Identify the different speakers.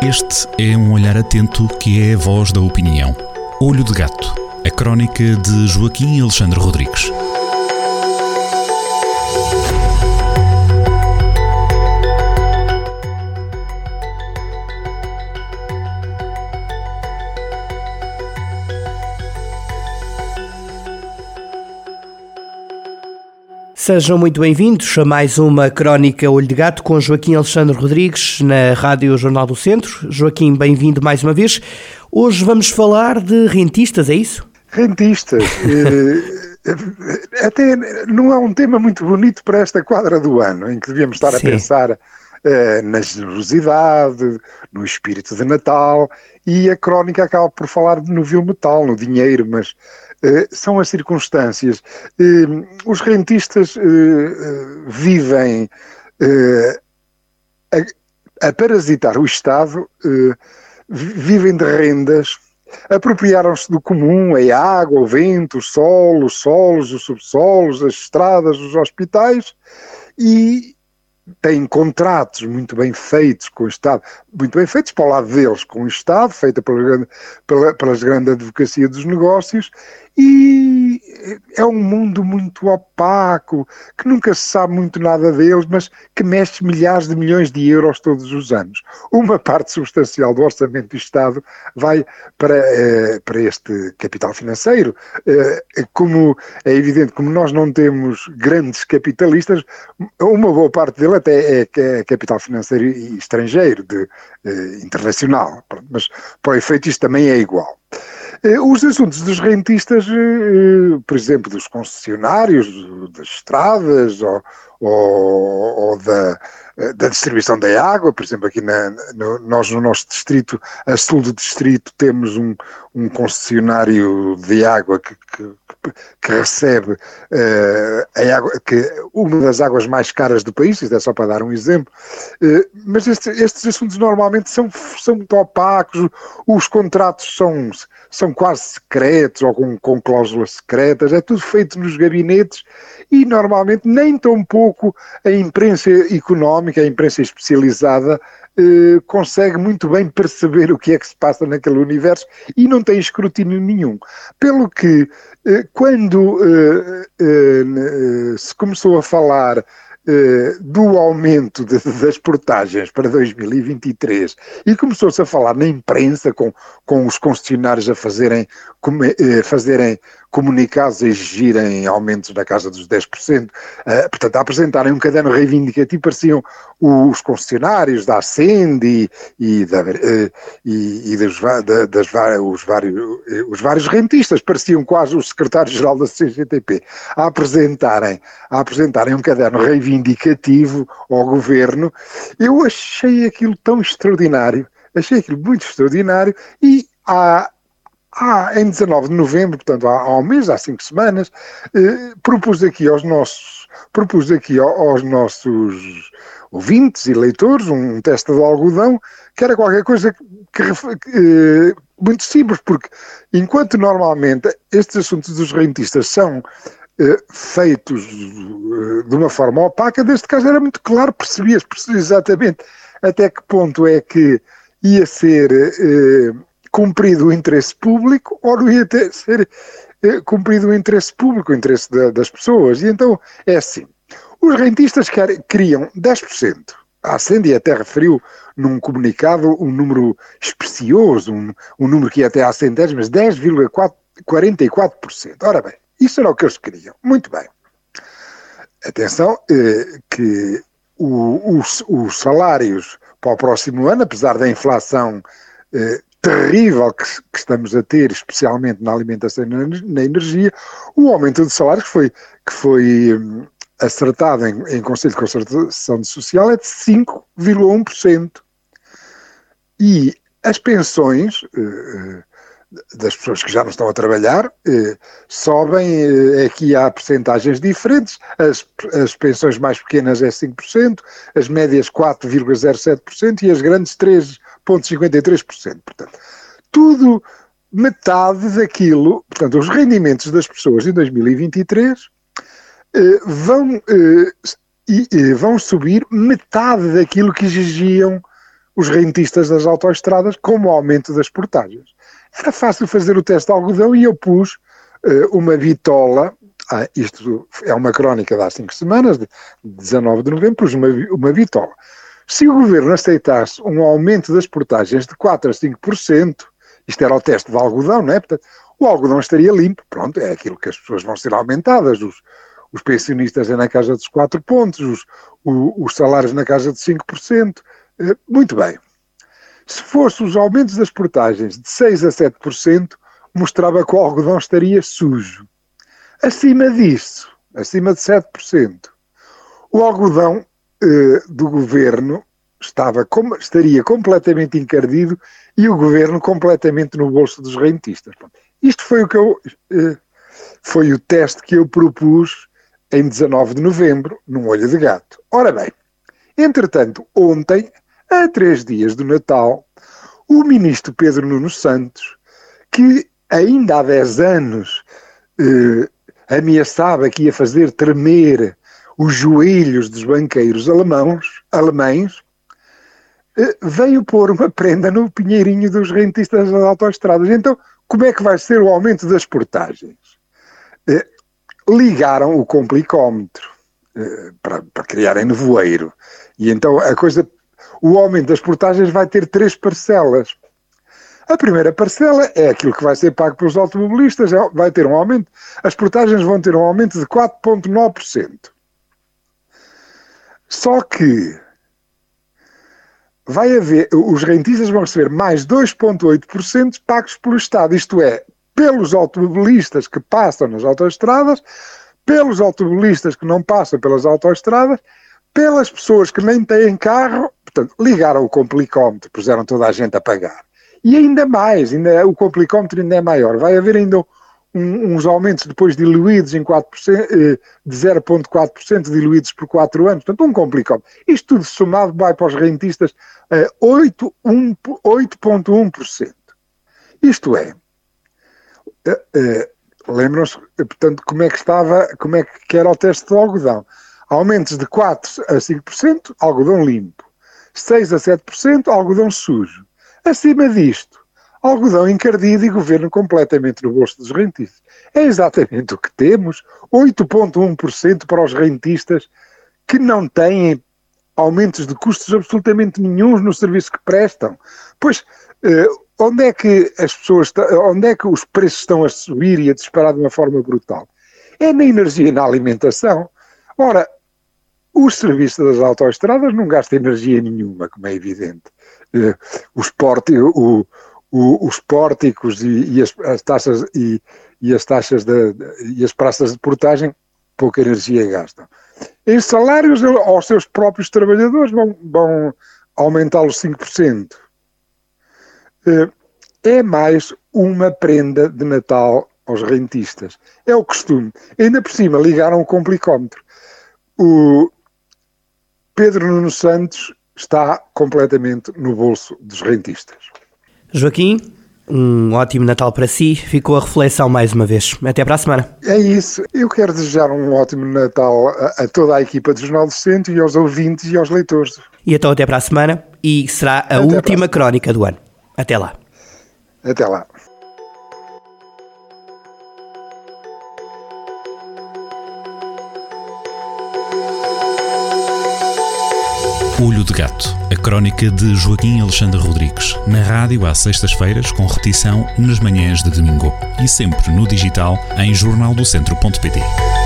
Speaker 1: Este é um olhar atento que é a voz da opinião. Olho de Gato, a crónica de Joaquim Alexandre Rodrigues.
Speaker 2: Sejam muito bem-vindos a mais uma Crónica Olho de Gato com Joaquim Alexandre Rodrigues na Rádio Jornal do Centro. Joaquim, bem-vindo mais uma vez. Hoje vamos falar de rentistas, é isso?
Speaker 3: Rentistas. Até não é um tema muito bonito para esta quadra do ano, em que devíamos estar a pensar na generosidade, no espírito de Natal, e a crónica acaba por falar no vil metal, no dinheiro, mas são as circunstâncias. Os rentistas vivem a parasitar o Estado, vivem de rendas, apropriaram-se do comum, a água, o vento, o sol, os solos, os subsolos, as estradas, os hospitais, e têm contratos muito bem feitos com o Estado, muito bem feitos para o lado deles com o Estado, feita pelas grandes advocacias dos negócios, e é um mundo muito opaco, que nunca se sabe muito nada deles, mas que mexe milhares de milhões de euros todos os anos. Uma parte substancial do orçamento do Estado vai para este capital financeiro. Como é evidente, como nós não temos grandes capitalistas, uma boa parte dele até é capital financeiro estrangeiro, internacional, mas para o efeito isto também é igual. Os assuntos dos rentistas, por exemplo, dos concessionários, das estradas ou da distribuição da água, por exemplo, aqui nós no nosso distrito, a sul do distrito, temos um concessionário de água que recebe a água, uma das águas mais caras do país, isto é só para dar um exemplo, mas estes assuntos normalmente são muito opacos, os contratos são quase secretos ou com cláusulas secretas, é tudo feito nos gabinetes e normalmente nem tão pouco a imprensa económica, a imprensa especializada, consegue muito bem perceber o que é que se passa naquele universo e não tem escrutínio nenhum. Pelo que, quando se começou a falar do aumento das portagens para 2023 e começou-se a falar na imprensa com os concessionários a fazerem comunicados a exigirem aumentos na casa dos 10%, portanto a apresentarem um caderno reivindicativo, pareciam os concessionários da Ascend os vários rentistas, pareciam quase os secretários-geral da CGTP a apresentarem um caderno reivindicativo ao governo. Eu achei aquilo tão extraordinário, achei aquilo muito extraordinário e em 19 de novembro, portanto há um mês, há 5 semanas, propus aqui aos nossos ouvintes e leitores um teste de algodão, que era qualquer coisa muito simples, porque enquanto normalmente estes assuntos dos rentistas são feitos de uma forma opaca, neste caso era muito claro, percebia exatamente até que ponto é que ia ser cumprido o interesse público ou não ia ser cumprido o interesse público, o interesse das pessoas. E então é assim, os rentistas queriam 10%. A Ascend até referiu num comunicado um número especioso, um número que ia até às centésimas, 10,44%. Ora bem, isso era o que eles queriam. Muito bem. Atenção que os salários para o próximo ano, apesar da inflação terrível que estamos a ter, especialmente na alimentação e na energia, o aumento de salários que foi acertado em Conselho de Concertação Social é de 5,1%. E as pensões das pessoas que já não estão a trabalhar sobem, aqui há percentagens diferentes, as pensões mais pequenas é 5%, as médias 4,07% e as grandes 3,53%. Portanto, tudo metade daquilo, portanto, os rendimentos das pessoas em 2023 vão subir metade daquilo que exigiam os rentistas das autoestradas como o aumento das portagens. Era fácil fazer o teste de algodão e eu pus uma bitola, isto é uma crónica de há 5 semanas, de 19 de novembro, pus uma bitola. Se o governo aceitasse um aumento das portagens de 4% a 5%, isto era o teste de algodão, não é? Portanto, o algodão estaria limpo, pronto, é aquilo que as pessoas vão ser aumentadas, os pensionistas é na casa dos 4 pontos, os salários na casa de 5%, muito bem. Se fosse os aumentos das portagens de 6% a 7%, mostrava que o algodão estaria sujo. Acima disso, acima de 7%, o algodão do governo estaria completamente encardido e o governo completamente no bolso dos rentistas. Isto foi foi o teste que eu propus em 19 de novembro, num olho de gato. Ora bem, entretanto, ontem, a 3 dias do Natal, o ministro Pedro Nuno Santos, que ainda há 10 anos ameaçava que ia fazer tremer os joelhos dos banqueiros alemães, veio pôr uma prenda no pinheirinho dos rentistas das autoestradas. Então, como é que vai ser o aumento das portagens? Ligaram o complicómetro para criarem nevoeiro. E então o aumento das portagens vai ter 3 parcelas. A primeira parcela é aquilo que vai ser pago pelos automobilistas, vai ter um aumento, as portagens vão ter um aumento de 4,9%. Só que os rentistas vão receber mais 2,8% pagos pelo Estado, isto é, pelos automobilistas que passam nas autoestradas, pelos automobilistas que não passam pelas autoestradas, pelas pessoas que nem têm carro, portanto, ligaram o complicómetro, puseram toda a gente a pagar. E ainda mais, o complicómetro ainda é maior, vai haver ainda uns aumentos depois diluídos em 4%, de 0,4% diluídos por 4 anos, portanto um complicómetro. Isto tudo somado vai para os rentistas a 8,1%. Isto é, lembram-se, portanto, como é que era o teste do algodão? Aumentos de 4% a 5%, algodão limpo. 6% a 7%, algodão sujo. Acima disto, algodão encardido e governo completamente no bolso dos rentistas. É exatamente o que temos, 8,1% para os rentistas que não têm aumentos de custos absolutamente nenhuns no serviço que prestam. Pois, onde é que os preços estão a subir e a disparar de uma forma brutal? É na energia e na alimentação. Ora, os serviços das autoestradas não gastam energia nenhuma, como é evidente. Os pórticos e as taxas e as praças de portagem pouca energia gastam. Em salários aos seus próprios trabalhadores vão aumentá-los 5%. É mais uma prenda de Natal aos rentistas. É o costume. Ainda por cima ligaram o complicómetro. O Pedro Nuno Santos está completamente no bolso dos rentistas.
Speaker 2: Joaquim, um ótimo Natal para si. Ficou a reflexão mais uma vez. Até para a semana.
Speaker 3: É isso. Eu quero desejar um ótimo Natal a toda a equipa do Jornal do Centro e aos ouvintes e aos leitores.
Speaker 2: E então até para a semana, e será a última crónica do ano. Até lá.
Speaker 3: Até lá.
Speaker 1: Olho de Gato, a crónica de Joaquim Alexandre Rodrigues, na rádio às sextas-feiras, com repetição nas manhãs de domingo e sempre no digital em jornaldocentro.pt.